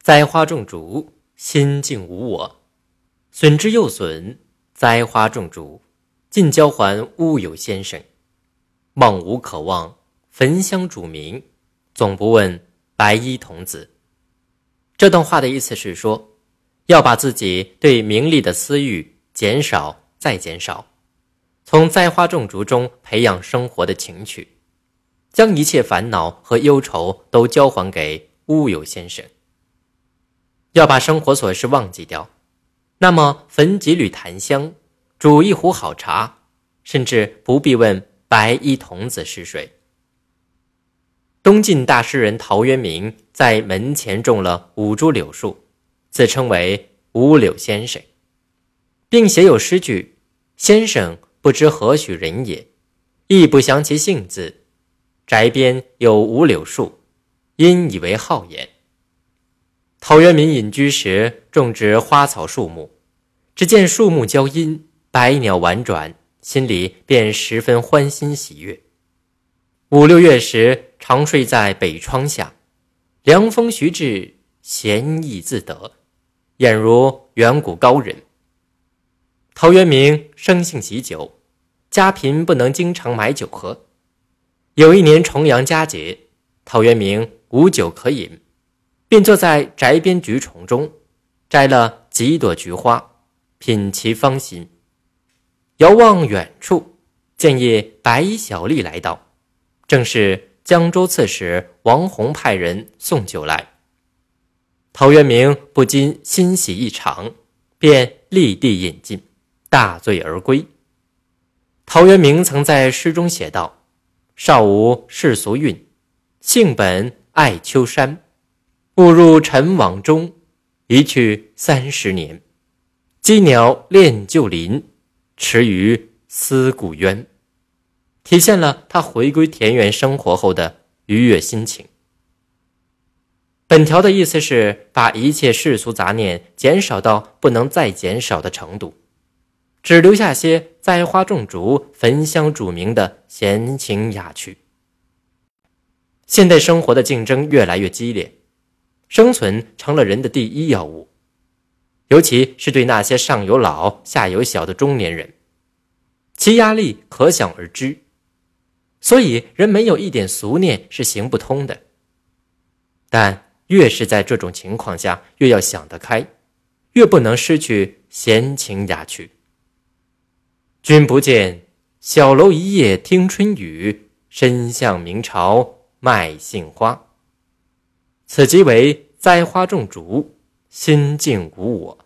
栽花种竹，心静无我。损之又损，栽花种竹，尽交还乌有先生。望无可望，焚香煮茗，总不问白衣童子。这段话的意思是说，要把自己对名利的私欲减少再减少，从栽花种竹中培养生活的情趣，将一切烦恼和忧愁都交还给乌有先生。要把生活琐事忘记掉，那么焚几缕檀香，煮一壶好茶，甚至不必问白衣童子是谁。东晋大诗人陶渊明在门前种了5株柳树，自称为五柳先生，并写有诗句：先生不知何许人也，亦不详其姓字，宅边有5柳树，因以为好也。陶渊明隐居时种植花草树木，只见树木娇茵，百鸟婉转，心里便十分欢欣喜悦。5、6月时常睡在北窗下，凉风徐至，闲意自得，俨如远古高人。陶渊明生性喜酒，家贫不能经常买酒喝。有一年重阳佳节，陶渊明无酒可饮，便坐在宅边菊丛中，摘了几朵菊花，品其芳馨。遥望远处，见一白衣小吏来到，正是江州刺史王弘派人送酒来。陶渊明不禁欣喜异常，便立地饮尽，大醉而归。陶渊明曾在诗中写道：少无世俗韵，性本爱丘山，误入尘网中，一去30年。羁鸟恋旧林，池鱼思故渊。体现了他回归田园生活后的愉悦心情。本条的意思是把一切世俗杂念减少到不能再减少的程度，只留下些栽花种竹、焚香煮茗的闲情雅趣。现代生活的竞争越来越激烈，生存成了人的第一要务，尤其是对那些上有老下有小的中年人，其压力可想而知。所以人没有一点俗念是行不通的。但越是在这种情况下，越要想得开，越不能失去闲情雅趣。君不见，小楼一夜听春雨，深巷明朝卖杏花。此即为栽花种竹，心静无我。